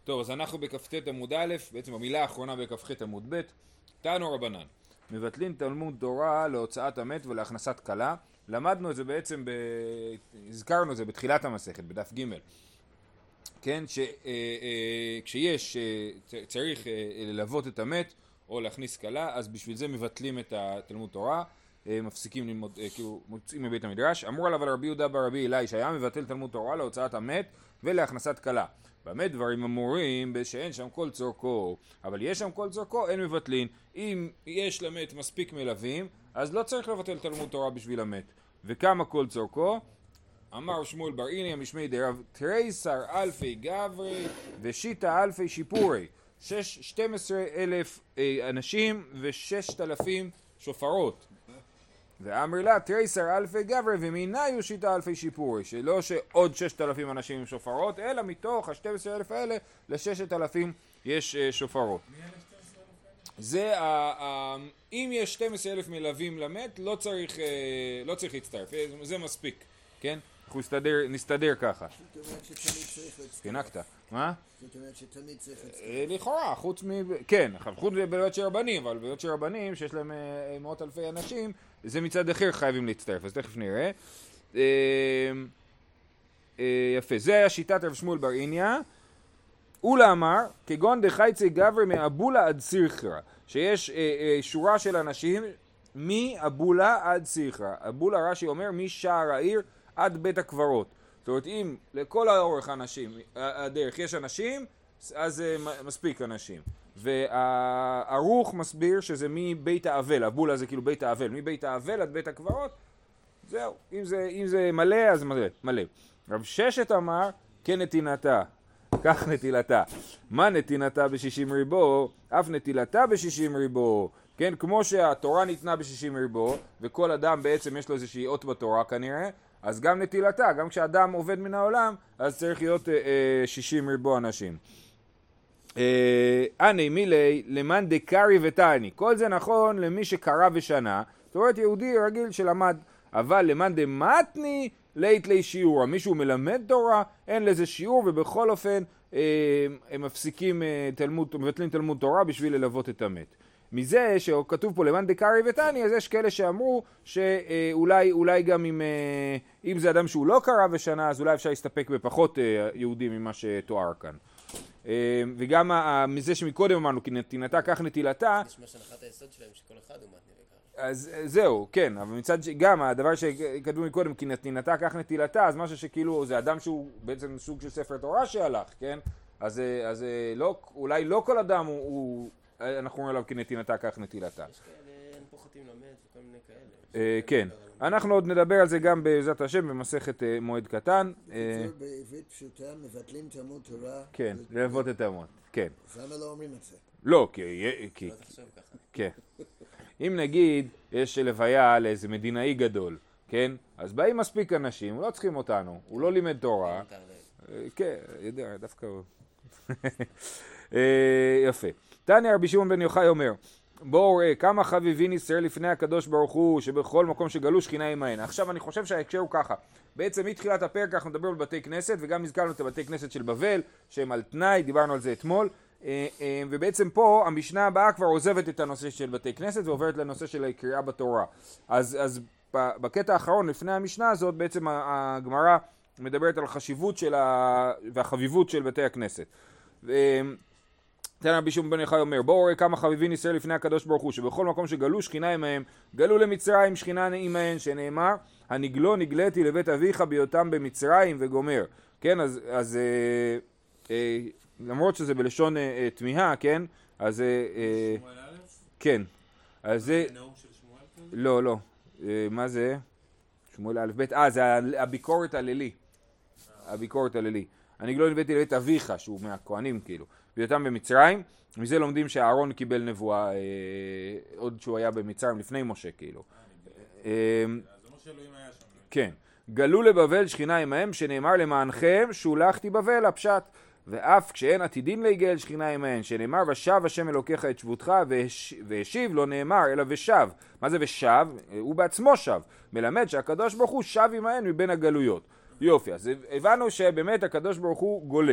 טוב, אז אנחנו בכ"ט עמוד א', בעצם המילה האחרונה בכ"ח עמוד ב', תנו רבנן. מבטלים תלמוד תורה להוצאת המת ולהכנסת כלה. למדנו את זה בעצם, הזכרנו את זה בתחילת המסכת, בדף ג', כן, כשיש, צריך ללוות את המת או להכניס כלה, אז בשביל זה מבטלים את התלמוד תורה, מפסיקים ללמוד, כאילו מוצאים מבית המדרש. אמרו עליו על רבי יהודה ברבי אלי שהיה מבטל תלמוד תורה להוצאת המת ולהכנסת כלה. באמת דברים אמורים שאין שם כל צורכו, אבל יש שם כל צורכו, אין מבטלין. אם יש למת מספיק מלווים, אז לא צריך לבטל תלמוד תורה בשביל המת. וכמה כל צורכו? אמר שמואל בר איניה משמי דרב תריסר אלפי גברי ושיטה אלפי שיפורי. 12,000 אנשים ו6,000 שופרות. ואמר לה תריסר אלפי גברי ומיניו שיטה אלפי שיפורי, שלא שעוד 6,000 אנשים עם שופרות, אלא מתוך ה12,000 האלה ל6,000 יש שופרות. זה אם יש 12,000 מלווים למת, לא צריך להצטרף, זה מספיק, כן? אנחנו נסתדר ככה. זאת אומרת שתמיד צריך להצטרף. קינקת, מה? זאת אומרת שתמיד צריך להצטרף. לכאורה, חוץ כן, חוץ מבעיות של רבנים, אבל בעיות של רבנים שיש להם מאות אלפי אנשים, זה מצד אחר חייבים להצטרף, אז תכף נראה. יפה, זה היה שיטת רב שמואל בר איניה. אולה אמר, כגון דחייצי גברי מאבולה עד סירחרה, שיש שורה של אנשים מאבולה עד סירחרה. אבולה רש"י אומר משער העיר עד בית הקברות. זאת אומרת, אם לכל האורך אנשים, הדרך יש אנשים, אז מספיק אנשים. והערוך מסביר שזה מבית האבל, אבולה זה כאילו בית האבל, מבית האבל עד בית הקברות, זהו, אם זה מלא, אז מלא. רב ששת אמר, כן נתינתה, כך נטילתה. מה נתינתה ב60 ריבו? אף נטילתה ב60 ריבו. כן, כמו שהתורה ניתנה ב60 ריבו, וכל אדם בעצם יש לו איזושהי אות בתורה כנראה, אז גם נטילתה, גם כשאדם עובד מן העולם, אז צריך להיות 60 ריבו אנשים. אני מילי למאן דקרי ותני. כל זה נכון למי שקרא ושנה, זאת אומרת יהודי רגיל שלמד, אבל למאן דמתני לית לי שיעור. מישהו מלמד תורה, אין לזה שיעור, ובכל אופן הם מפסיקים מבטלים תלמוד תורה בשביל ללוות את המת. מזה שכתוב פה למאן דקרי ותני, אז יש כאלה שאמרו שאולי גם אם זה אדם שהוא לא קרא ושנה, אז אולי אפשר להסתפק בפחות יהודים ממה שתואר כאן. וגם מזה שמקודם אמרנו, כי נתינתה כך נטילתה. יש מה שהנחת היסוד שלהם שכל אחד הוא מתני וקרא. אז זהו, כן, אבל מצד גם הדבר שכתבו מקודם, כי נתינתה כך נטילתה, אז משהו שכאילו זה אדם שהוא בעצם סוג של ספר תורה שהלך, כן? אז לא, אולי לא כל אדם אנחנו אומרים עליו כי נתינתה כך נטילתה. יש כאלה, הם פוחתים למת וכל מיני כאלה. כן, אנחנו עוד נדבר על זה גם בעזרת השם במסכת מועד קטן. בעברית פשוטה מבטלים תלמוד תורה. כן, ללוות את המות, כן. אז למה לא אומרים את זה? לא, לא תחשוב ככה. כן. אם נגיד יש לוויה לאיזה מדינאי גדול, כן? אז באים מספיק אנשים, לא צריכים אותנו, הוא לא לימד תורה. כן, יודע, דווקא הוא. יפה. תניא רבי שמעון בן יוחאי אומר, בואו ראה כמה חביבין ישראל לפני הקדוש ברוך הוא שבכל מקום שגלו שכינה עמהן. עכשיו אני חושב שההקשר הוא ככה, בעצם מתחילת הפרק אנחנו מדברים על בתי כנסת, וגם הזכרנו את הבתי כנסת של בבל שהם על תנאי, דיברנו על זה אתמול, ובעצם פה המשנה הבאה כבר עוזבת את הנושא של בתי כנסת ועוברת לנושא של הקריאה בתורה. אז בקטע האחרון לפני המשנה הזאת בעצם הגמרא מדברת על חשיבות והחביבות של בתי הכנסת. תניא רבי שמעון בן יוחאי אומר, בואו ראה כמה חביבין ישראל לפני הקדוש ברוך הוא שבכל מקום שגלו שכינה עמהם, גלו למצרים שכינה עמהם, שנאמר הנגלו נגלתי לבית אביך בהיותם במצרים וגומר. כן, אז למרות שזה בלשון תמיהה, כן, אז שמואל א'? כן, אז זה נאום של שמואל כאן? לא, מה זה? שמואל א' ב', זה הביקורת הלילי, הביקורת הלילי. הנגלו נגלתי לבית אביך, שהוא מהכהנים כאילו, בהיותם במצרים. מזה לומדים שהארון קיבל נבואה עוד שהוא היה במצרים לפני משה כאילו. אז משה אלוהים היה שם. כן, גלו לבבל שכינה עמהם שנאמר למענכם שולחתי בבל, הפשט. ואף כשאין עתידים להיגאל שכינה עמהם שנאמר ושב השם אלוקיך את שבותך והשיב לא נאמר אלא ושב. מה זה ושב? הוא בעצמו ושב, מלמד שהקדוש ברוך הוא שב עמהם מבין הגלויות. יופי, אז הבנו שבאמת הקדוש ברוך הוא גולה.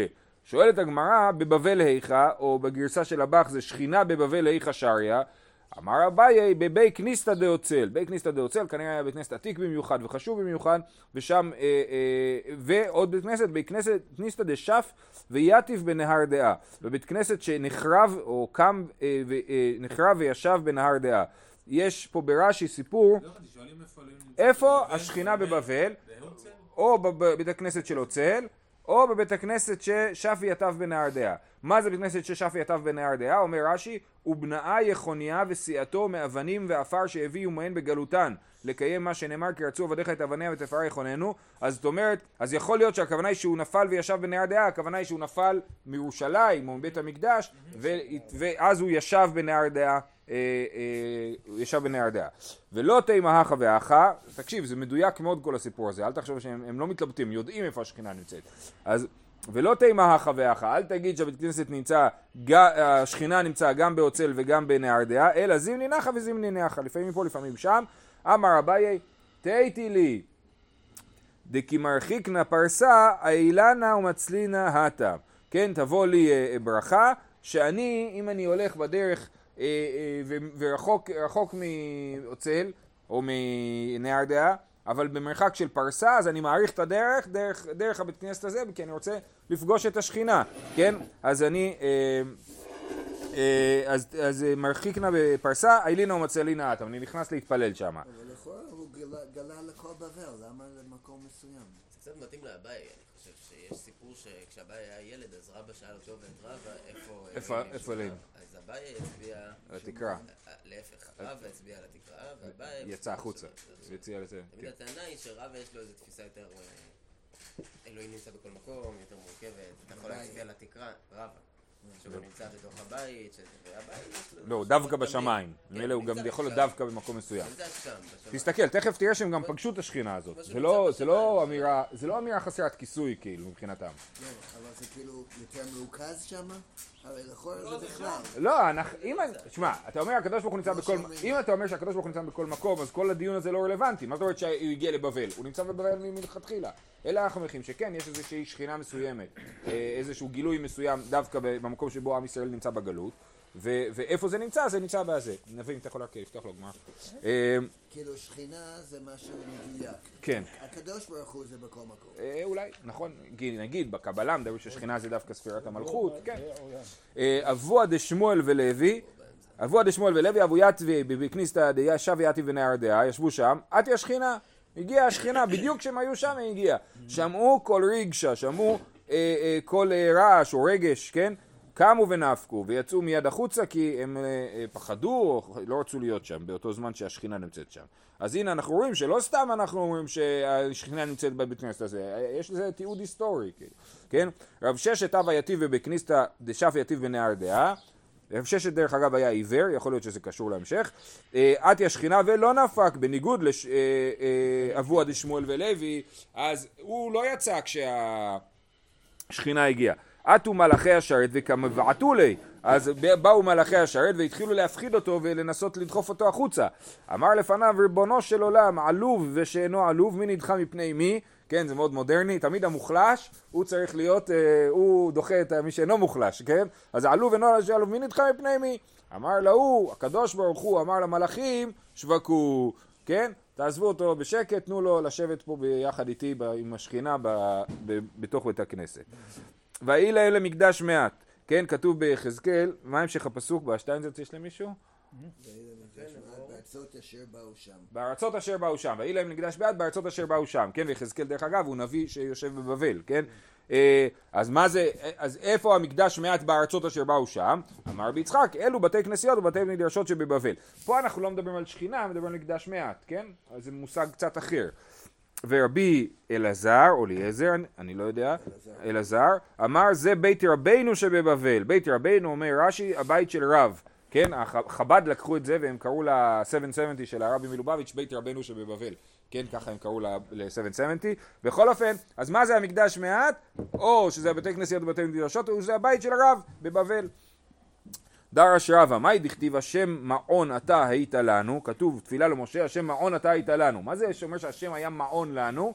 שואלת הגמרא, בבבל היכה, או בגרסה של הבח זה שכינה בבבל היכה שריה, אמר אביי בבי כניסתא דאוצל. בי כניסתא דאוצל כנראה היה בית כנסת עתיק במיוחד וחשוב במיוחד, ושם, ועוד בית כנסת, בית כניסתא דשף ויתיב בנהר דעה. בבית כנסת שנחרב או קם נחרב וישב בנהר דעה. יש פה ברש"י סיפור, איפה השכינה בבבל, או בבית הכנסת של אוצל, או בבית הכנסת ששף ויתיו בנהר דעה. מה זה בית הכנסת ששף ויתיו בנהר דעה? אומר רש"י, ובנאה יחוניה וסיעתו מאבנים ואפר שהביאו מהן בגלותן, לקיים מה שנאמר כי רצו עבדיך את אבניה ואת עפרה יכוננו. אז זאת אומרת, אז יכול להיות שהכוונה היא שהוא נפל וישב בנהר דעה, הכוונה היא שהוא נפל מירושלים או מבית המקדש, ואז הוא ישב בנהר דעה. ישב בנהר דעה. ולא תימא הכה והכה, תקשיב, זה מדויק מאוד כל הסיפור הזה, אל תחשוב שהם לא מתלבטים, יודעים איפה השכינה נמצאת. אז ולא תימא הכה והכה, אל תגיד שהבית כנסת נמצא, השכינה נמצא גם באוצל וגם בנהר דעה, אלא זימני נחה וזימני נחה, לפעמים פה לפעמים שם. אמר אביי תהיתי לי דקי מרחיקנה פרסה אילנה ומצלינה הטה. כן, תבוא לי ברכה שאני, אם אני הולך בדרך ורחוק מאוצל או מנהר דעה, אבל במרחק של פרסה, אז אני מעריך את הדרך, דרך הבית כנסת הזה, כי אני רוצה לפגוש את השכינה, כן? אז אני, אז מרחיקנה בפרסה, אילינה ומצלינה הטה, אני נכנס להתפלל שם. אבל לכאורה הוא גלה לכל בבל, למה למקום מסוים? זה קצת מתאים לאביי, אני חושב שיש סיפור שכשאביי היה ילד, אז רבא שאל אותו ואת רבא, איפה אלוהים? אז אביי הצביע... על התקרה. להפך, רבא הצביע על התקרה, ואביי... יצא החוצה, ויציע לזה. תמיד הטענה היא שרבא יש לו איזו תפיסה יותר... אלוהים נמצא בכל מקום, יותר מורכבת, אתה יכול להצביע על התקרה, רבא. שהוא נמצא בתוך הבית, לא, דווקא בשמיים. ממילא הוא גם יכול להיות דווקא במקום מסוים. תסתכל, תכף תראה שהם גם פגשו את השכינה הזאת. זה לא אמירה חסרת כיסוי כאילו מבחינתם. לא, אבל זה כאילו יותר מרוכז שם? הרי לכאורה זה בכלל. לא, שמע, אתה אומר הקדוש ברוך הוא נמצא בכל... אם אתה אומר שהקדוש ברוך הוא נמצא בכל מקום, אז כל הדיון הזה לא רלוונטי. מה זאת אומרת שהוא הגיע לבבל? הוא נמצא בבבל מלכתחילה. אלא אנחנו מניחים שכן, יש איזושהי שכינה מסוימת, איזשהו גילוי מסוים דווקא במקום שבו עם ישראל נמצא בגלות, ואיפה זה נמצא? זה נמצא בזה. נבין, אתה יכול לפתוח לו גמר. כאילו שכינה זה משהו מדויק. כן. הקדוש ברוך הוא זה בכל מקום. אולי, נכון. נגיד, בקבלה מדבר ששכינה זה דווקא ספירת המלכות, כן. אבוה דשמואל ולוי, אבו יתבי בכניסתא דשב יתיב בנהר דעה, ישבו שם, עתי השכינה. הגיעה השכינה, בדיוק כשהם היו שם היא הגיעה. שמעו כל רגשה, שמעו כל רעש או רגש, כן? קמו ונפקו ויצאו מיד החוצה כי הם פחדו או לא רצו להיות שם באותו זמן שהשכינה נמצאת שם. אז הנה אנחנו רואים שלא סתם אנחנו אומרים שהשכינה נמצאת בבית כנסת הזה, יש לזה תיעוד היסטורי, כן? רב ששת אב יתיב ובכניסתא דשף יתיב בנהר דעה, רב ששת דרך אגב היה עיוור, יכול להיות שזה קשור להמשך, עתי השכינה ולא נפק, בניגוד לאבוה דשמואל ולוי, אז הוא לא יצא כשהשכינה הגיעה. עטו מלאכי השרת וכמבעטו לי, אז באו מלאכי השרת והתחילו להפחיד אותו ולנסות לדחוף אותו החוצה. אמר לפניו ריבונו של עולם, עלוב ושאינו עלוב, מי נדחה מפני מי? כן, זה מאוד מודרני, תמיד המוחלש הוא צריך להיות, הוא דוחה את מי שאינו מוחלש, כן? אז עלוב ואינו עלוב, מי נדחה מפני מי? אמר להוא, הקדוש ברוך הוא אמר למלאכים, שווקו, כן? תעזבו אותו בשקט, תנו לו לשבת פה ביחד איתי עם השכינה בתוך בית הכנסת. ויהי להם למקדש מעט, כן, כתוב ביחזקאל, מה המשך הפסוק בשטיינזרץ יש למישהו? בארצות אשר באו שם. בארצות אשר באו שם, ויהי להם למקדש מעט בארצות אשר באו שם, כן, ויחזקאל דרך אגב הוא נביא שיושב בבבל, כן? אז מה זה, אז איפה המקדש מעט בארצות אשר באו שם? אמר רבי יצחק, אלו בתי כנסיות ובתי מדרשות שבבבל. פה אנחנו לא מדברים על שכינה, מדברים על מקדש מעט, כן? אז זה מושג קצת אחר. ורבי אלעזר, או אליעזר, אני לא יודע, אלעזר, אמר זה בית רבינו שבבבל. בית רבינו אומר רש"י, הבית של רב, כן? חב"ד לקחו את זה והם קראו ל-770 של הרבי מלובביץ' בית רבינו שבבבל. כן, ככה הם קראו ל-770. בכל אופן, אז מה זה המקדש מעט? או שזה הבתי כנסיות ובתי מדרשות, או שזה הבית של הרב בבבל. דרש רבא, מהי דכתיב השם מעון אתה היית לנו? כתוב תפילה למשה, השם מעון אתה היית לנו. מה זה שאומר שהשם היה מעון לנו?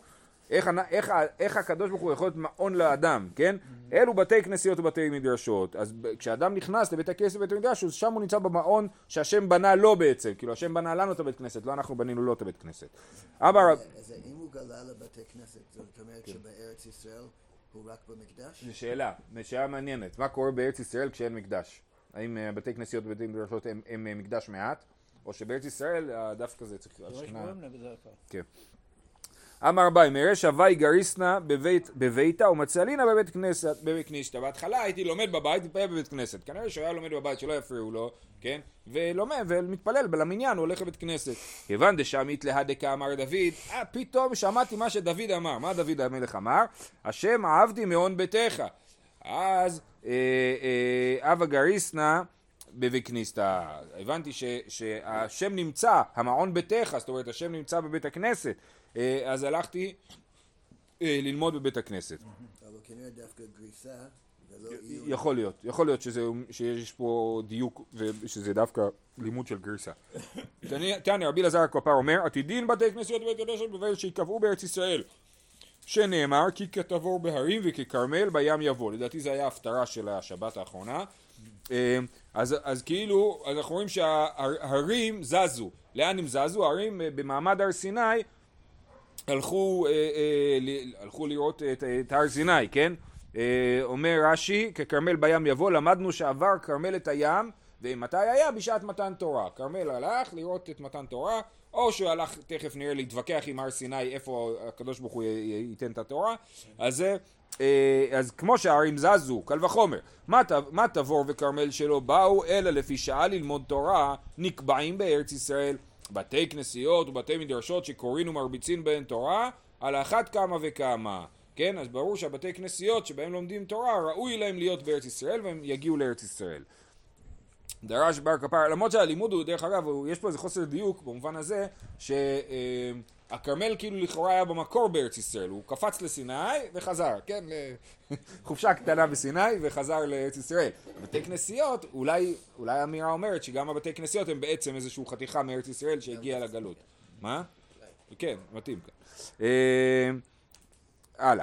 איך הקדוש ברוך הוא יכול להיות מעון לאדם, כן? אלו בתי כנסיות ובתי מדרשות. אז כשאדם נכנס לבית הכנסת ובית המדרש, אז שם הוא נמצא במעון שהשם בנה לו בעצם. כאילו השם בנה לנו את הבית כנסת, לא אנחנו בנינו לו את הבית כנסת. אז אם הוא גלה לבתי כנסת, זאת אומרת שבארץ ישראל הוא רק במקדש? זו שאלה מעניינת. מה קורה בארץ ישראל כשאין מקדש? האם בתי כנסיות ובתי מדרשות הם מקדש מעט? או שבארץ ישראל דווקא זה צריך... כן. אמר ביי, מרש הווי גריסנה בביתה ומצלינה בבית כנסת. בהתחלה הייתי לומד בבית מתפלל בבית כנסת. כנראה שהוא היה לומד בבית שלא יפריעו לו, כן? ולומד ומתפלל במניין, הוא הולך לבית כנסת. כיוון דשמית להדקה אמר דוד, פתאום שמעתי מה שדוד אמר. מה דוד המלך אמר? השם אהבתי מעון ביתך. אז אבה גריסנה בבקניסטה, הבנתי שהשם נמצא, המעון ביתך, זאת אומרת השם נמצא בבית הכנסת, אז הלכתי ללמוד בבית הכנסת. אבל כנראה דווקא גריסה ולא עיון. יכול להיות שיש פה דיוק ושזה דווקא לימוד של גריסה. תניא רבי אלעזר הכפר אומר, עתידין בתי כנסיות ובית מדרשות בבל שיקבעו בארץ ישראל, שנאמר כי כתבור בהרים וככרמל בים יבוא. לדעתי זה היה ההפטרה של השבת האחרונה. אז כאילו אנחנו רואים שההרים זזו. לאן הם זזו? ההרים במעמד הר סיני הלכו לראות את הר סיני, כן? אומר רש"י, ככרמל בים יבוא, למדנו שעבר כרמל את הים, ומתי היה? בשעת מתן תורה. כרמל הלך לראות את מתן תורה, או שהוא הלך תכף נראה להתווכח עם הר סיני איפה הקדוש ברוך הוא ייתן את התורה. אז כמו שההרים זזו, קל וחומר, מה תבור וכרמל שלא באו, אלא לפי שעה ללמוד תורה, נקבעים בארץ ישראל בתי כנסיות ובתי מדרשות שקוראים ומרביצים בהן תורה, על אחת כמה וכמה. כן, אז ברור שהבתי כנסיות שבהם לומדים תורה, ראוי להם להיות בארץ ישראל והם יגיעו לארץ ישראל. דרש בר כפר, למרות שהלימוד הוא, דרך אגב, יש פה איזה חוסר דיוק במובן הזה, שהכרמל כאילו לכאורה היה במקור בארץ ישראל, הוא קפץ לסיני וחזר, כן, לחופשה קטנה בסיני וחזר לארץ ישראל. בתי כנסיות, אולי האמירה אומרת שגם הבתי כנסיות הם בעצם איזושהי חתיכה מארץ ישראל שהגיעה לגלות. מה? כן, מתאים כאן. הלאה.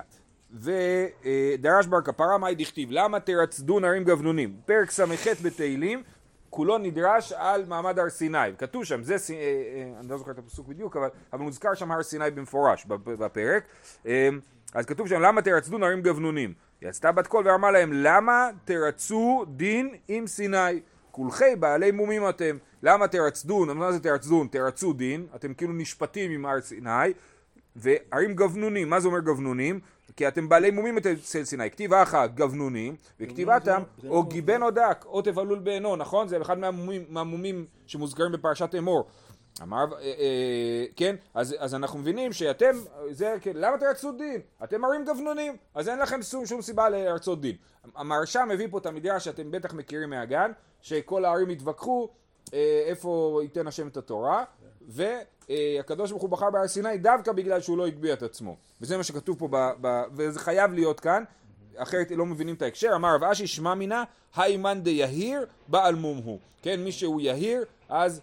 ודרש בר כפרה מאי דכתיב, למה תרצדו נרים גבנונים? פרק ס"ח בתהילים, כולו נדרש על מעמד הר סיני. כתוב שם, אני לא זוכר את הפסוק בדיוק, אבל מוזכר שם הר סיני במפורש בפרק. אז כתוב שם, למה תרצדו נרים גבנונים? יצתה בת קול ואמרה להם, למה תרצו דין עם סיני? כולכי בעלי מומים אתם. למה תרצדון? מה זה תרצדון? תרצו דין, אתם כאילו נשפטים עם הר סיני. והרים גבנונים, מה זה אומר גבנונים? כי אתם בעלי מומים אצל סיני, כתיב אחא גבנונים, וכתיבתם או גיבן או דק, או תבלול בעינו, נכון? זה אחד מהמומים שמוזכרים בפרשת אמור. אמר, כן, אז אנחנו מבינים שאתם, למה תרצו דין? אתם הרים גבנונים, אז אין לכם שום סיבה לרצות דין. המרשם מביא פה את המדרש שאתם בטח מכירים מהגן, שכל הערים התווכחו איפה ייתן השם את התורה, והקדוש ברוך הוא בחר בהר סיני דווקא בגלל שהוא לא הגביה את עצמו. וזה מה שכתוב פה, וזה חייב להיות כאן, אחרת לא מבינים את ההקשר. אמר רב אשי שמע מינה, הימן דיהיר בעל מום הוא. כן, מי שהוא יהיר, אז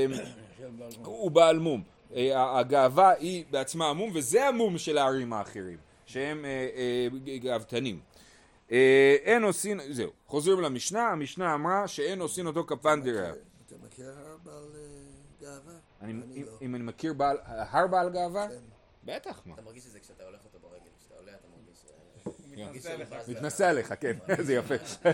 הוא בעל מום. הגאווה היא בעצמה המום, וזה המום של הערים האחרים, שהם גאוותנים. אין עושים, זהו, חוזרים למשנה, המשנה אמרה שאין עושים אותו כפנדריה. אתה מכיר הר בעל גאווה? אם אני מכיר הר בעל גאווה? בטח, מה? אתה מרגיש את זה כשאתה הולך אותו ברגל, כשאתה עולה אתה מרגיש... מתנסה עליך, כן, זה יפה. אתה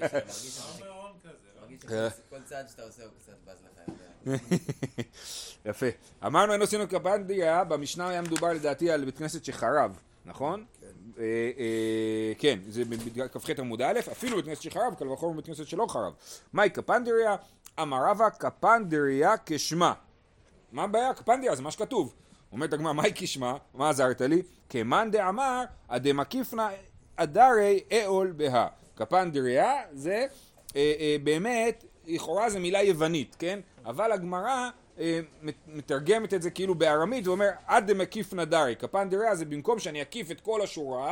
מרגיש כל צעד שאתה עושה הוא קצת בז לך. יפה. אמרנו אין עושים אותו כפנדריה, במשנה היה מדובר לדעתי על בית כנסת שחרב, נכון? כן, זה בכ"ח עמוד א', אפילו בית כנסת שחרב, קל וחומר בית כנסת שלא חרב. מהי כפנדריה? אמר רבא כפנדריה כשמה. מה הבעיה? כפנדריה זה מה שכתוב. אומרת הגמרא, מהי כשמה? מה עזרת לי? כמאן דאמר הדמקיפנה אדרי אאול בה. כפנדריה זה באמת, לכאורה זה מילה יוונית, כן? אבל הגמרא מתרגמת את זה כאילו בארמית ואומר עד דמקיפנה דרי. כפנדריה זה במקום שאני אקיף את כל השורה,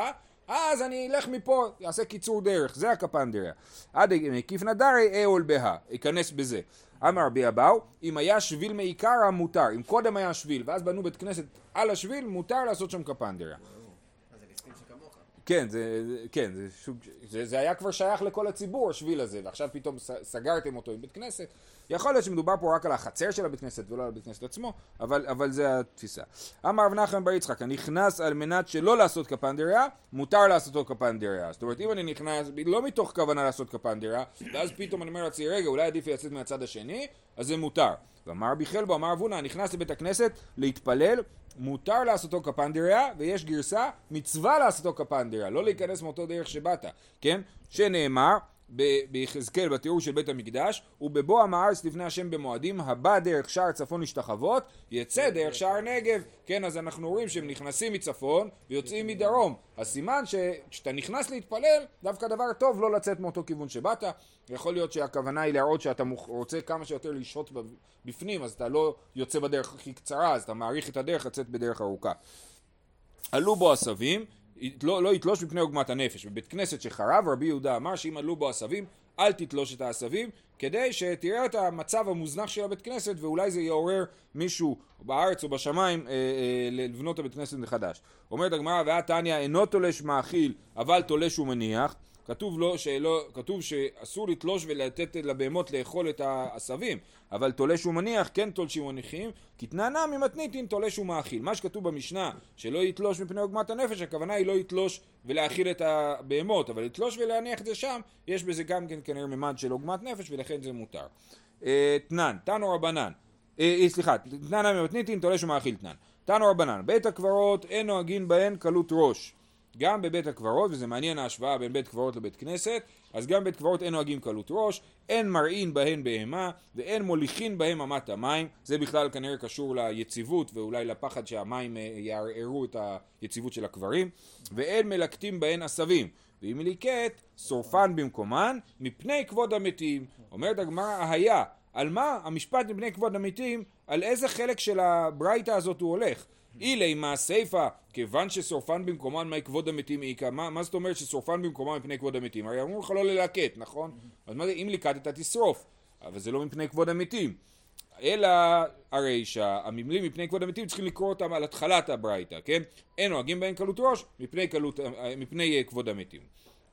אז אני אלך מפה, אעשה קיצור דרך, זה הקפנדריה. עד מקיף נדרי אהול בה, ייכנס בזה. אמר רבי אבאו, אם היה שביל מעיקרא מותר, אם קודם היה שביל ואז בנו בית כנסת על השביל, מותר לעשות שם קפנדריה. אז זה ליסטים שכמוך. כן, זה היה כבר שייך לכל הציבור השביל הזה, ועכשיו פתאום סגרתם אותו עם בית כנסת. יכול להיות שמדובר פה רק על החצר של הבית כנסת ולא על הבית כנסת עצמו, אבל זה התפיסה. אמר רב נחמן בר יצחק, הנכנס על מנת שלא לעשות קפנדריה, מותר לעשותו קפנדריה. זאת אומרת, אם אני נכנס לא מתוך כוונה לעשות קפנדריה, ואז פתאום אני אומר לעצמי, רגע, אולי עדיף לצאת מהצד השני, אז זה מותר. ואמר רבי חלבו, אמר אבונה, נכנס לבית הכנסת להתפלל, מותר לעשותו קפנדריה, ויש גרסה, מצווה לעשותו קפנדריה, לא להיכנס מאותו דרך שבאת, כן? שנאמר, ביחזקאל בתיאור של בית המקדש, ובבוא עם הארץ לפני השם במועדים, הבא דרך שער צפון להשתחוות, יצא דרך שער נגב. כן, אז אנחנו רואים שהם נכנסים מצפון ויוצאים מדרום. אז סימן שכשאתה נכנס להתפלל, דווקא דבר טוב לא לצאת מאותו כיוון שבאת. יכול להיות שהכוונה היא להראות שאתה רוצה כמה שיותר לשהות בפנים, אז אתה לא יוצא בדרך הכי קצרה, אז אתה מעריך את הדרך לצאת בדרך ארוכה. עלו בו עשבים, לא יתלוש מפני עוגמת הנפש. בבית כנסת שחרב רבי יהודה אמר שאם עלו בו עשבים אל תתלוש את העשבים, כדי שתראה את המצב המוזנח של הבית כנסת, ואולי זה יעורר מישהו בארץ או בשמיים לבנות הבית כנסת מחדש. אומרת הגמרא, והתניא אינו תולש מאכיל אבל תולש ומניח. כתוב שאסור לתלוש ולתת לבהמות לאכול את העשבים, אבל תולש ומניח כן תולשים ומניחים, כי תנענה ממתניתין תולש ומאכיל. מה שכתוב במשנה שלא יתלוש מפני עוגמת הנפש, הכוונה היא לא יתלוש ולהאכיל את הבהמות, אבל לתלוש ולהניח את זה שם, יש בזה גם כן כנראה ממד של עוגמת נפש, ולכן זה מותר. תנו רבנן, תנענה ממתניתין תולש ומאכיל תנן. תנו רבנן, בית הקברות אין נוהגין בהן קלות ראש. גם בבית הקברות, וזה מעניין ההשוואה בין בית קברות לבית כנסת, אז גם בית קברות אין נוהגים קלות ראש, אין מרעין בהן בהמה, ואין מוליכין בהן אמת המים. זה בכלל כנראה קשור ליציבות, ואולי לפחד שהמים יערערו את היציבות של הקברים. ואין מלקטים בהן עשבים, ואם מליקט, שורפן במקומן, מפני כבוד המתים. אומרת הגמרא, היה, על מה המשפט מפני כבוד המתים, על איזה חלק של הברייתא הזאת הוא הולך? אילי מה סייפה, כיוון ששורפן במקומן מה כבוד המתים איקה, מה זאת אומרת ששורפן במקומן מפני כבוד המתים? הרי אמרו לך לא ללקט, נכון? אז מה זה, אם ליקטת תשרוף, אבל זה לא מפני כבוד המתים. אלא הרי שהמילים מפני כבוד המתים צריכים לקרוא אותם על התחלת הברייתא, כן? אין נוהגים בהן קלות ראש מפני כבוד המתים.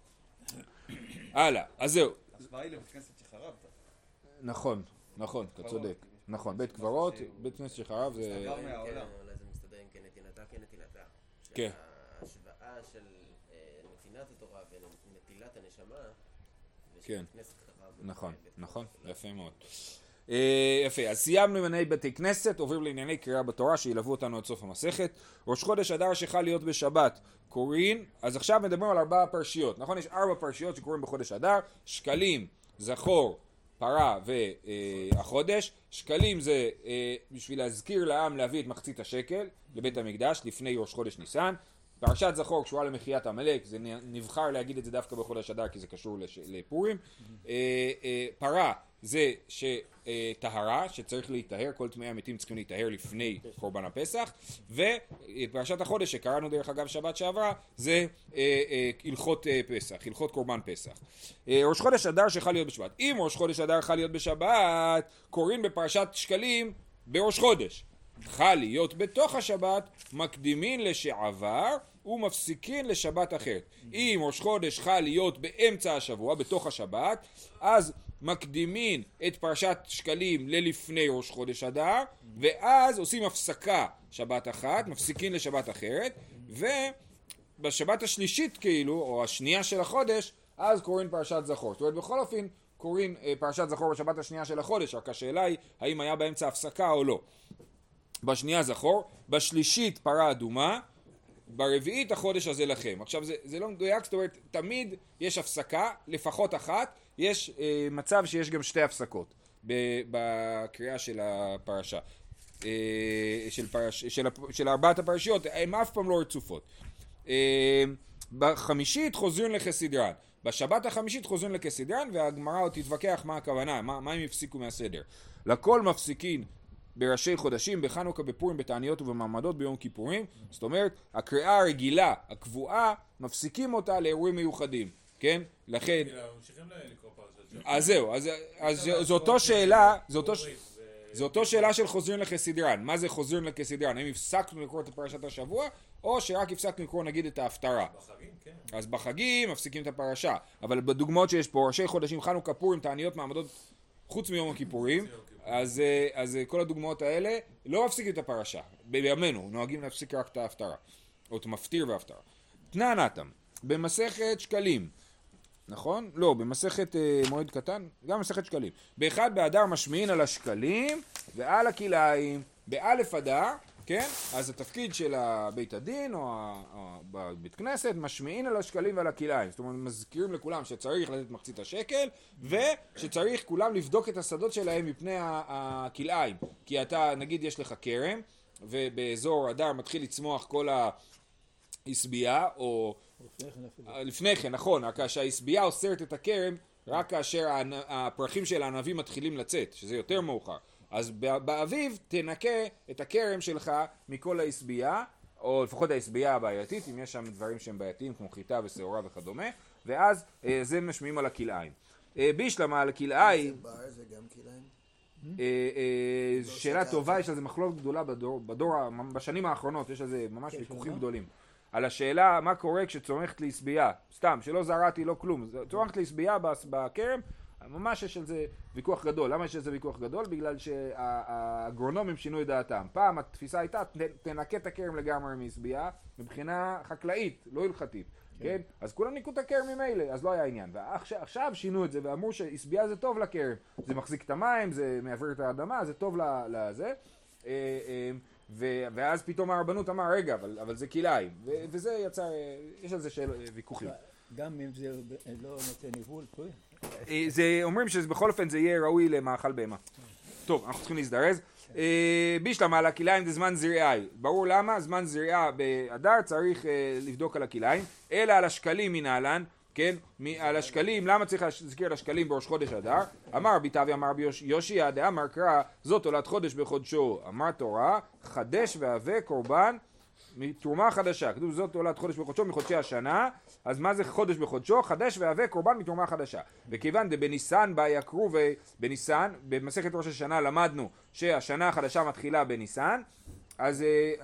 הלאה, אז זהו. השוואה היא לבית כנסת שחרבת. נכון, אתה צודק. נכון, בית קברות, בית כנסת שחרב זה... מסתבר מהעולם. אולי זה מסתדר עם כנתינתה כנטילתה. כן. ההשוואה של נתינת התורה ונטילת הנשמה, כן. ושכנסת חרב. נכון, יפה מאוד. יפה, אז סיימנו עם בתי כנסת, עוברים לענייני קריאה בתורה שילוו אותנו עד סוף המסכת. ראש חודש אדר שחל להיות בשבת, קוראים, אז עכשיו מדברים על 4 פרשיות, נכון? יש 4 פרשיות שקוראים בחודש אדר, שקלים, זכור, פרה והחודש. שקלים זה בשביל להזכיר לעם להביא את מחצית השקל לבית המקדש לפני ראש חודש ניסן. פרשת זכור קשורה למחיית עמלק, זה נבחר להגיד את זה דווקא בחודש אדר כי זה קשור לפורים. פרה זה טהרה, שצריך להיטהר, כל טמאי המתים צריכים להיטהר לפני קורבן הפסח. ופרשת החודש שקראנו דרך אגב שבת שעברה זה הלכות פסח, הלכות קורבן פסח. ראש חודש אדר שחל להיות בשבת. אם ראש חודש אדר חל להיות בשבת, קוראים בפרשת שקלים בראש חודש. חל להיות בתוך השבת, מקדימין לשעבר ומפסיקין לשבת אחרת. אם ראש חודש חל להיות באמצע השבוע, בתוך השבת, אז מקדימין את פרשת שקלים ללפני ראש חודש אדר, ואז עושים הפסקה שבת אחת, מפסיקין לשבת אחרת, ובשבת השלישית כאילו, או השנייה של החודש, אז קוראים פרשת זכור. זאת אומרת, בכל אופן קוראים פרשת זכור בשבת השנייה של החודש, רק השאלה היא האם היה באמצע הפסקה או לא. בשנייה זכור, בשלישית פרה אדומה, ברביעית החודש הזה לכם. עכשיו זה לא מדויק, זאת אומרת, תמיד יש הפסקה, לפחות אחת, יש מצב שיש גם 2 הפסקות בקריאה של הפרשה, של 4 הפרשיות, הן אף פעם לא רצופות. בחמישית חוזרים לכסדרן, בשבת החמישית חוזרים לכסדרן, והגמרא עוד תתווכח מה הכוונה, מה הם הפסיקו מהסדר. לכל מפסיקין בראשי חודשים, בחנוכה, בפורים, בתעניות ובמעמדות ביום כיפורים. זאת אומרת, הקריאה הרגילה, הקבועה, מפסיקים אותה לאירועים מיוחדים, כן? לכן... ממשיכים לקרוא פרשת שבוע. אז זהו, אז זו אותו שאלה, זו אותו שאלה של חוזרים לכסדרן. מה זה חוזרים לכסדרן? האם הפסקנו לקרוא את פרשת השבוע, או שרק הפסקנו לקרוא נגיד את ההפטרה? בחגים, כן. אז בחגים מפסיקים את הפרשה, אבל בדוגמאות שיש פה, ראשי חודשים, חנוכה, פורים, תעניות, מעמדות, חוץ מיום הכיפורים, אז כל הדוגמאות האלה לא מפסיקים את הפרשה. בימינו נוהגים להפסיק רק את ההפטרה, או את מפטיר וההפטרה. תנענתם, במסכת שקלים, נכון? לא, במסכת מועד קטן, גם במסכת שקלים. באחד באדר משמיעין על השקלים ועל הכלאיים, באלף אדר, כן? אז התפקיד של בית הדין או בבית כנסת משמיעין על השקלים ועל הכלאיים. זאת אומרת, מזכירים לכולם שצריך לתת מחצית השקל, ושצריך כולם לבדוק את השדות שלהם מפני הכלאיים. כי אתה, נגיד יש לך כרם, ובאזור אדר מתחיל לצמוח כל ההסביעה, או... לפני כן, נכון, כשההסביעה אוסרת את הכרם, רק כאשר הפרחים של הענבים מתחילים לצאת, שזה יותר מאוחר. אז באביב תנקה את הכרם שלך מכל ההסביעה, או לפחות ההסביעה הבעייתית, אם יש שם דברים שהם בעייתיים כמו חיטה ושעורה וכדומה, ואז זה משמיעים על הכלאיים. בישלמה על הכלאיים... בר זה גם כלאיים? שאלה טובה, יש על זה מחלוקת גדולה בשנים האחרונות, יש על זה ממש ויכוחים גדולים. על השאלה מה קורה כשצומחת לי הסביעה, סתם, שלא זרעתי לא כלום, צומחת לי הסביעה בכרם, ממש יש על זה ויכוח גדול. למה יש על זה ויכוח גדול? בגלל שהאגרונומים שינו את דעתם. פעם התפיסה הייתה, תנקה את הכרם לגמרי מהסביעה, מבחינה חקלאית, לא הלכתית. כן? אז כולם ניקו את הכרם ממילא, אז לא היה עניין. ועכשיו שינו את זה ואמרו שהסביעה זה טוב לכרם. זה מחזיק את המים, זה מעביר את האדמה, זה טוב לזה. ואז פתאום הרבנות אמר, רגע, אבל זה כלאיים. וזה יצר, יש על זה ויכוחים. גם אם זה לא נותן ניבול, טוב. זה אומרים שבכל אופן זה יהיה ראוי למאכל בהמה. טוב, אנחנו צריכים להזדרז. בישלמה על הכלאיים זה זמן זריעי. ברור למה? זמן זריעה באדר צריך לבדוק על הכלאיים, אלא על השקלים מנהלן, כן? על השקלים, למה צריך להזכיר על השקלים בראש חודש אדר? אמר רבי טביה, אמר רבי יושיע, דאמר קרא, זאת עולת חודש בחודשו. אמר תורה, חדש והווה קורבן מתרומה חדשה. כתוב זאת עולת חודש בחודשו מחודשי השנה, אז מה זה חודש בחודשו? חדש והווה קורבן מתרומה חדשה. וכיוון בניסן בה יקרו ובניסן, במסכת ראש השנה למדנו שהשנה החדשה מתחילה בניסן, אז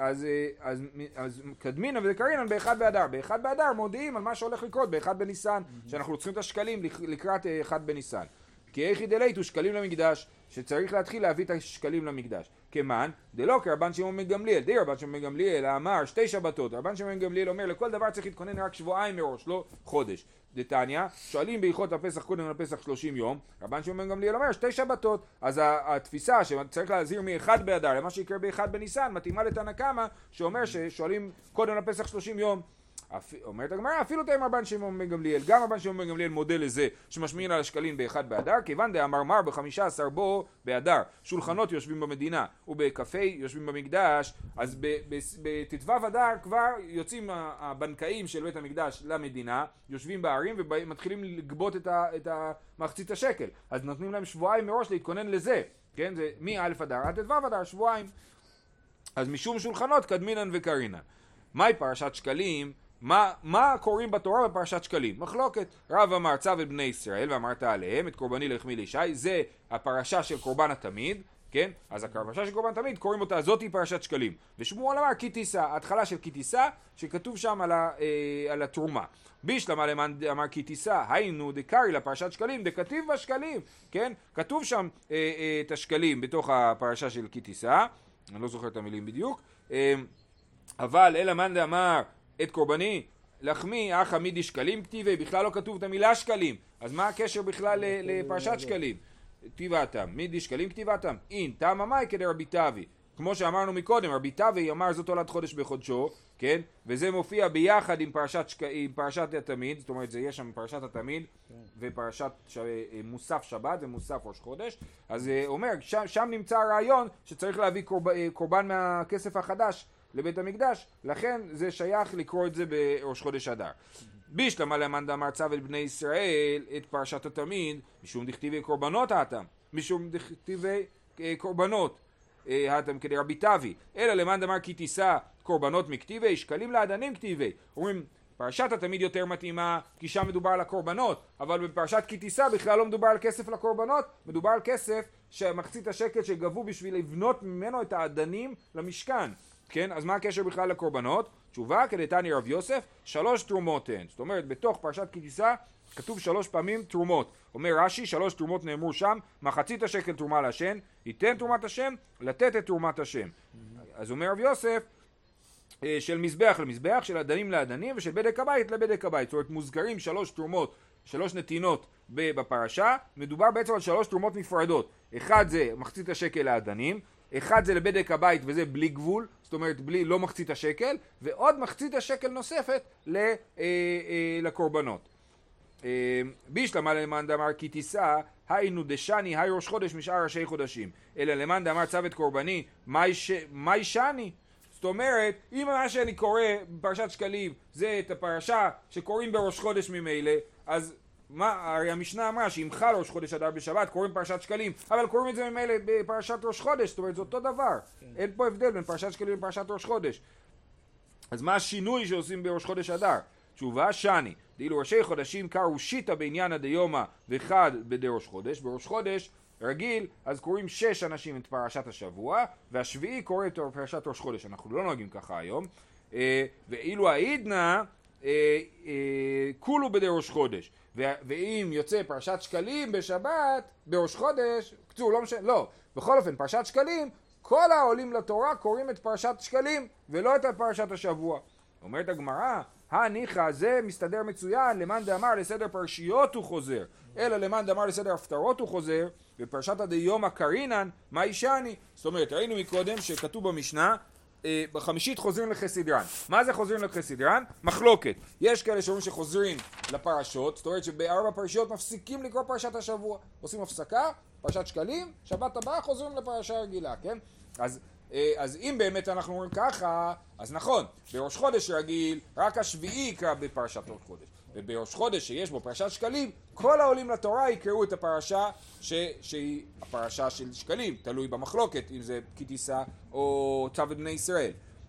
קדמינן ודקרינן באחד באדר. באחד באדר מודיעים על מה שהולך לקרות באחד בניסן, שאנחנו צריכים את השקלים לקראת אחד בניסן. כי איך ידלייתו שקלים למקדש, שצריך להתחיל להביא את השקלים למקדש. כמן, דלא כרבן שמעון בן גמליאל, די רבן שמעון בן גמליאל אמר 2 שבתות, רבן שמעון בן גמליאל אומר לכל דבר צריך להתכונן רק שבועיים מראש, לא חודש. דתניא, שואלים בהלכות הפסח קודם לפסח 30 יום, רבן שמעון בן גמליאל אומר 2 שבתות, אז התפיסה שצריך להזהיר מאחד באדר למה שיקרה באחד בניסן, מתאימה לתנא קמא שאומר ששואלים קודם לפסח 30 יום. אומרת הגמרא, אפילו תאם רבן שמעון בן גמליאל, גם רבן שמעון בן גמליאל מודה לזה שמשמיעין על השקלים באחד באדר, כיוון דאמר ב-15 בו באדר, שולחנות יושבים במדינה ובקפה יושבים במקדש, אז בט"ו אדר כבר יוצאים הבנקאים של בית המקדש למדינה, יושבים בערים ומתחילים לגבות את מחצית השקל, אז נותנים להם שבועיים מראש להתכונן לזה, כן? זה מא' אדר עד ט"ו אדר, שבועיים. אז משום שולחנות קדמינן וקרינן. מהי פרשת שקלים? מה קוראים בתורה בפרשת שקלים? מחלוקת. רב אמר צו את בני ישראל ואמרת עליהם את קורבני לחמי לישי, זה הפרשה של קורבן התמיד, כן? אז הפרשה של קורבן תמיד קוראים אותה, זאת היא פרשת שקלים. ושמואל אמר כי תישא, התחלה של כי תישא שכתוב שם על התרומה. בישלמה למען אמר כי תישא, היינו דקרי לפרשת שקלים, דכתיב בשקלים, כן? כתוב שם את השקלים בתוך הפרשה של כי תישא, אני לא זוכר את המילים בדיוק, אבל אלא מאן דאמר את קורבני לחמי אך עמידי שקלים כתיבי, בכלל לא כתוב את המילה שקלים, אז מה הקשר בכלל לפרשת שקלים? כתיבתם, מידי שקלים כתיבתם, אין טעם המאי כדי רבי טבי, כמו שאמרנו מקודם, רבי טבי אמר זאת עולת חודש בחודשו, כן? וזה מופיע ביחד עם פרשת התמיד, זאת אומרת זה יש שם פרשת התמיד ופרשת מוסף שבת ומוסף ראש חודש, אז אומר שם נמצא הרעיון שצריך להביא קורבן מהכסף החדש לבית המקדש, לכן זה שייך לקרוא את זה בראש חודש אדר. בישלמה למאן דאמר צו אל בני ישראל את פרשת התמיד, משום דכתיבי קורבנות האטם, משום דכתיבי קורבנות, האטם כדי רבי תווי, אלא למאן דאמר כי תישא קורבנות מכתיבי, שקלים לאדנים כתיבי. אומרים, פרשת התמיד יותר מתאימה, כי שם מדובר על הקורבנות, אבל בפרשת כי תישא בכלל לא מדובר על כסף לקורבנות, מדובר על כסף שמחצית השקל שגבו בשביל לבנות ממנו את האדנים למשכן. כן, אז מה הקשר בכלל לקורבנות? תשובה, כדתני רב יוסף, 3 תרומות הן. זאת אומרת, בתוך פרשת כי תישא כתוב 3 פעמים תרומות. אומר רש"י, 3 תרומות נאמרו שם, מחצית השקל תרומה להשם, ייתן תרומת השם, לתת את תרומת השם. אז אומר רב יוסף, של מזבח למזבח, של אדנים לאדנים ושל בדק הבית לבדק הבית. זאת אומרת, מוזכרים 3 תרומות, 3 נתינות בפרשה, מדובר בעצם על 3 תרומות נפרדות. אחד זה מחצית השקל לאדנים, אחד זה לבדק הבית וזה בלי גבול, זאת אומרת בלי, לא מחצית השקל, ועוד מחצית השקל נוספת לקורבנות. בישלמה למאן דאמר כי תישא, היינו דשני, היי ראש חודש משאר ראשי חודשים. אלא למאן דאמר צוות קורבני, מאי שני? זאת אומרת, אם מה שאני קורא בפרשת שקלים זה את הפרשה שקוראים בראש חודש ממילא, אז מה, הרי המשנה אמרה שאם חל ראש חודש אדר בשבת קוראים פרשת שקלים, אבל קוראים את זה ממילא בפרשת ראש חודש, זאת אומרת זה אותו דבר, אין פה הבדל בין פרשת שקלים לפרשת ראש חודש. אז מה השינוי שעושים בראש חודש אדר? תשובה, שני, דאילו ראשי חודשים קראו שיטה בעניין הדיומא וחד בדי ראש חודש. בראש חודש רגיל אז קוראים 6 אנשים את פרשת השבוע, והשביעי קורא את פרשת ראש חודש. אנחנו לא נוהגים ככה היום. ואילו העידנא כולו בדי ראש חודש, ואם יוצא פרשת שקלים בשבת בראש חודש, קצור, לא משנה, לא, בכל אופן פרשת שקלים, כל העולים לתורה קוראים את פרשת שקלים ולא את פרשת השבוע. אומרת הגמרא, הניחא, זה מסתדר מצוין, למאן דאמר לסדר פרשיות הוא חוזר, אלא למאן דאמר לסדר הפטרות הוא חוזר, בפרשת הדיומא קרינן, מה ישני? זאת אומרת, ראינו מקודם שכתוב במשנה, בחמישית חוזרים לחסידרן. מה זה חוזרים לחסידרן? מחלוקת. יש כאלה שאומרים שחוזרים לפרשות, זאת אומרת שב4 פרשיות מפסיקים לקרוא פרשת השבוע, עושים הפסקה, פרשת שקלים, שבת הבאה חוזרים לפרשה רגילה, כן? אז אם באמת אנחנו אומרים ככה, אז נכון, בראש חודש רגיל, רק השביעי יקרא בפרשת ראש חודש. ובראש חודש שיש בו פרשת שקלים, כל העולים לתורה יקראו את הפרשה שהיא הפרשה של שקלים, תלוי במחלוקת, אם זה כי תישא או צוות בני ישראל.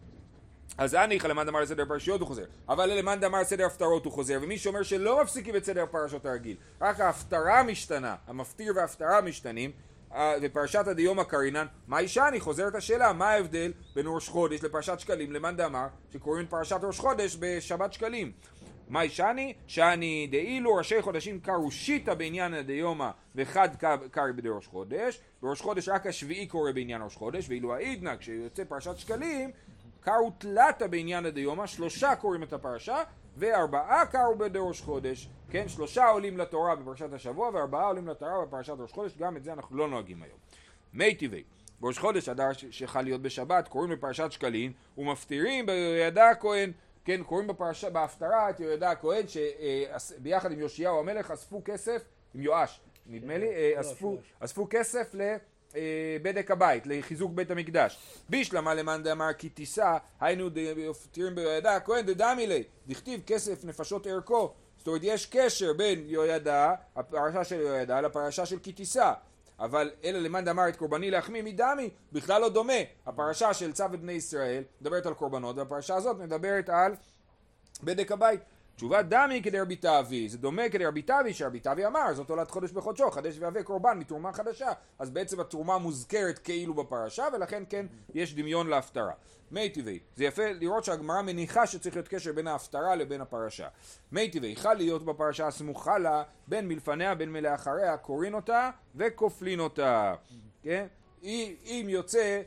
אז הניחא למאן דאמר לסדר פרשיות הוא חוזר, אבל למאן דאמר לסדר הפטרות הוא חוזר, ומי שאומר שלא מפסיקים את סדר הפרשות הרגיל, רק ההפטרה משתנה, המפטיר וההפטרה משתנים, ופרשת הדיומא קרינן, מה ישני? חוזרת השאלה, מה ההבדל בין ראש חודש לפרשת שקלים למאן דאמר שקוראים פרשת ראש חודש בשבת שקלים? מה ישני? שאני דאילו ראשי חודשים קראו שיטה בעניין הדיומא וחד קרא בדי ראש חודש, בראש חודש רק השביעי קורא בעניין ראש חודש, ואילו העידנא כשיוצא פרשת שקלים קראו תלתה בעניין הדיומא, 3 קוראים את הפרשה ו4 קראו בדי ראש חודש, כן? 3 עולים לתורה בפרשת השבוע ו4 עולים לתורה בפרשת ראש חודש, גם את זה אנחנו לא נוהגים היום. מי טבעי, בראש חודש אדר שחל להיות בשבת קוראים לפרשת שקלים ומפטירים ביהודה הכהן, כן, קוראים בפרשה, בהפטרה את יהודה הכהן שביחד עם יאשיהו המלך אספו כסף, עם יואש נדמה לי, אספו כסף לבדק הבית, לחיזוק בית המקדש. בישלמה למאן דאמר כי תישא, היינו מפטירים ביהודה הכהן דדמי לי, דכתיב כסף נפשות ערכו. זאת אומרת יש קשר בין יהודה, הפרשה של יהודה, לפרשה של כי תישא. אבל אלא למאן דאמר את קורבני להחמיא מדמי, בכלל לא דומה. הפרשה של צוות בני ישראל מדברת על קורבנות, והפרשה הזאת מדברת על בדק הבית. תשובה דמי כדי רבי תאווי, זה דומה כדי רבי תאווי, שרבי תאווי אמר זאת עולת חודש בחודשו, חדש ויהווה קורבן מתרומה חדשה, אז בעצם התרומה מוזכרת כאילו בפרשה, ולכן כן יש דמיון להפטרה. מי טבעי, זה יפה לראות שהגמרא מניחה שצריך להיות קשר בין ההפטרה לבין הפרשה. מי טבעי, חל להיות בפרשה הסמוכה לה, בין מלפניה בין מלאחריה, קוראים אותה וכופלין אותה. כן? אם יוצא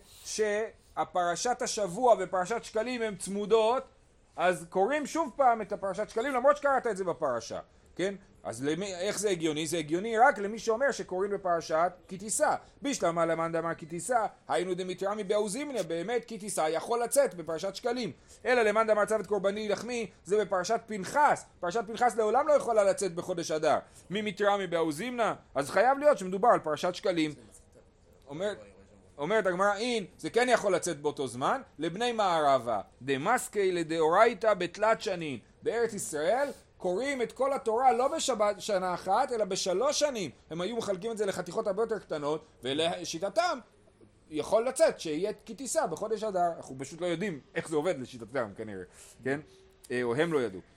שהפרשת השבוע ופרשת שקלים הן צמודות, אז קוראים שוב פעם את הפרשת שקלים, למרות שקראת את זה בפרשה, כן? אז איך זה הגיוני? זה הגיוני רק למי שאומר שקוראים בפרשת כי תישא. בישלמה למאן דאמר כי תישא, היינו דמיתרמי באוזימניה, באמת כי תישא יכול לצאת בפרשת שקלים. אלא למאן דאמר צוות קורבני לחמי, זה בפרשת פנחס. פרשת פנחס לעולם לא יכולה לצאת בחודש אדר. ממיתרמי באוזימנה, אז חייב להיות שמדובר על פרשת שקלים. אומרת הגמרא, אין, זה כן יכול לצאת באותו זמן, לבני מערבה, דמסקי לדאורייתא בתלת שנים. בארץ ישראל קוראים את כל התורה לא בשבת שנה אחת, אלא ב3 שנים. הם היו מחלקים את זה לחתיכות הרבה יותר קטנות, ולשיטתם, יכול לצאת שיהיה כי תישא בחודש אדר, אנחנו פשוט לא יודעים איך זה עובד לשיטתם כנראה, כן? או הם לא ידעו.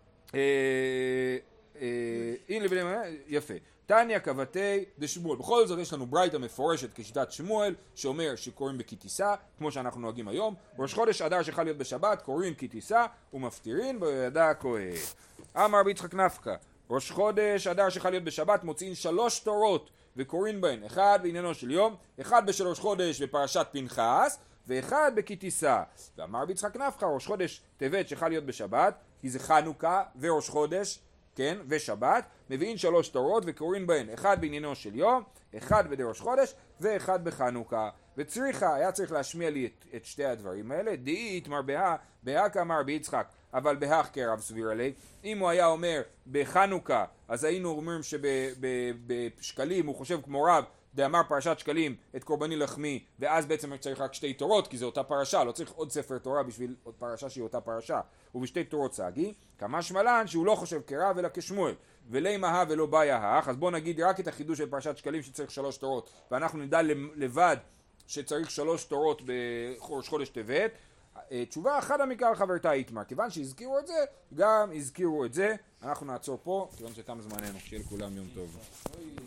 יפה. תניא כבתי דשמואל. בכל זאת יש לנו ברייתא מפורשת כשיטת שמואל שאומר שקוראים בכי תישא כמו שאנחנו נוהגים היום. ראש חודש אדר שחל להיות בשבת קוראים כי תישא ומפטירין בידע הכהן. אמר רבי יצחק נפקא, ראש חודש אדר שחל להיות בשבת מוציאים 3 תורות וקוראים בהן, אחד בעניינו של יום, אחד בשלוש חודש בפרשת פנחס ואחד בכי תישא. ואמר רבי יצחק נפקא, ראש חודש טבת שחל להיות בשבת כי זה חנוכה וראש חודש, כן, ושבת, מביאים 3 תורות וקוראים בהן, אחד בעניינו של יום, אחד בראש חודש ואחד בחנוכה. וצריכה, היה צריך להשמיע לי את שתי הדברים האלה. דאית מר בהא כאמר רבי יצחק, אבל בהך כרב סביר עלי. אם הוא היה אומר בחנוכה, אז היינו אומרים שבשקלים הוא חושב כמו רב, דאמר פרשת שקלים את קורבני לחמי, ואז בעצם צריך רק 2 תורות, כי זה אותה פרשה, לא צריך עוד ספר תורה בשביל עוד פרשה שהיא אותה פרשה. ובשתי תורות סגי, כמה שמלן שהוא לא חושב כרב אלא כשמואל, ולי מה ולא באיה האח. אז בוא נגיד רק את החידוש של פרשת שקלים שצריך 3 תורות, ואנחנו נדע לבד שצריך 3 תורות בראש חודש טבת. תשובה אחד המקרא חברתה איתמר, כיוון שהזכירו את זה, גם הזכירו את זה. אנחנו נעצור פה, כיוון שתם זמננו. שיהיה לכולם יום טוב.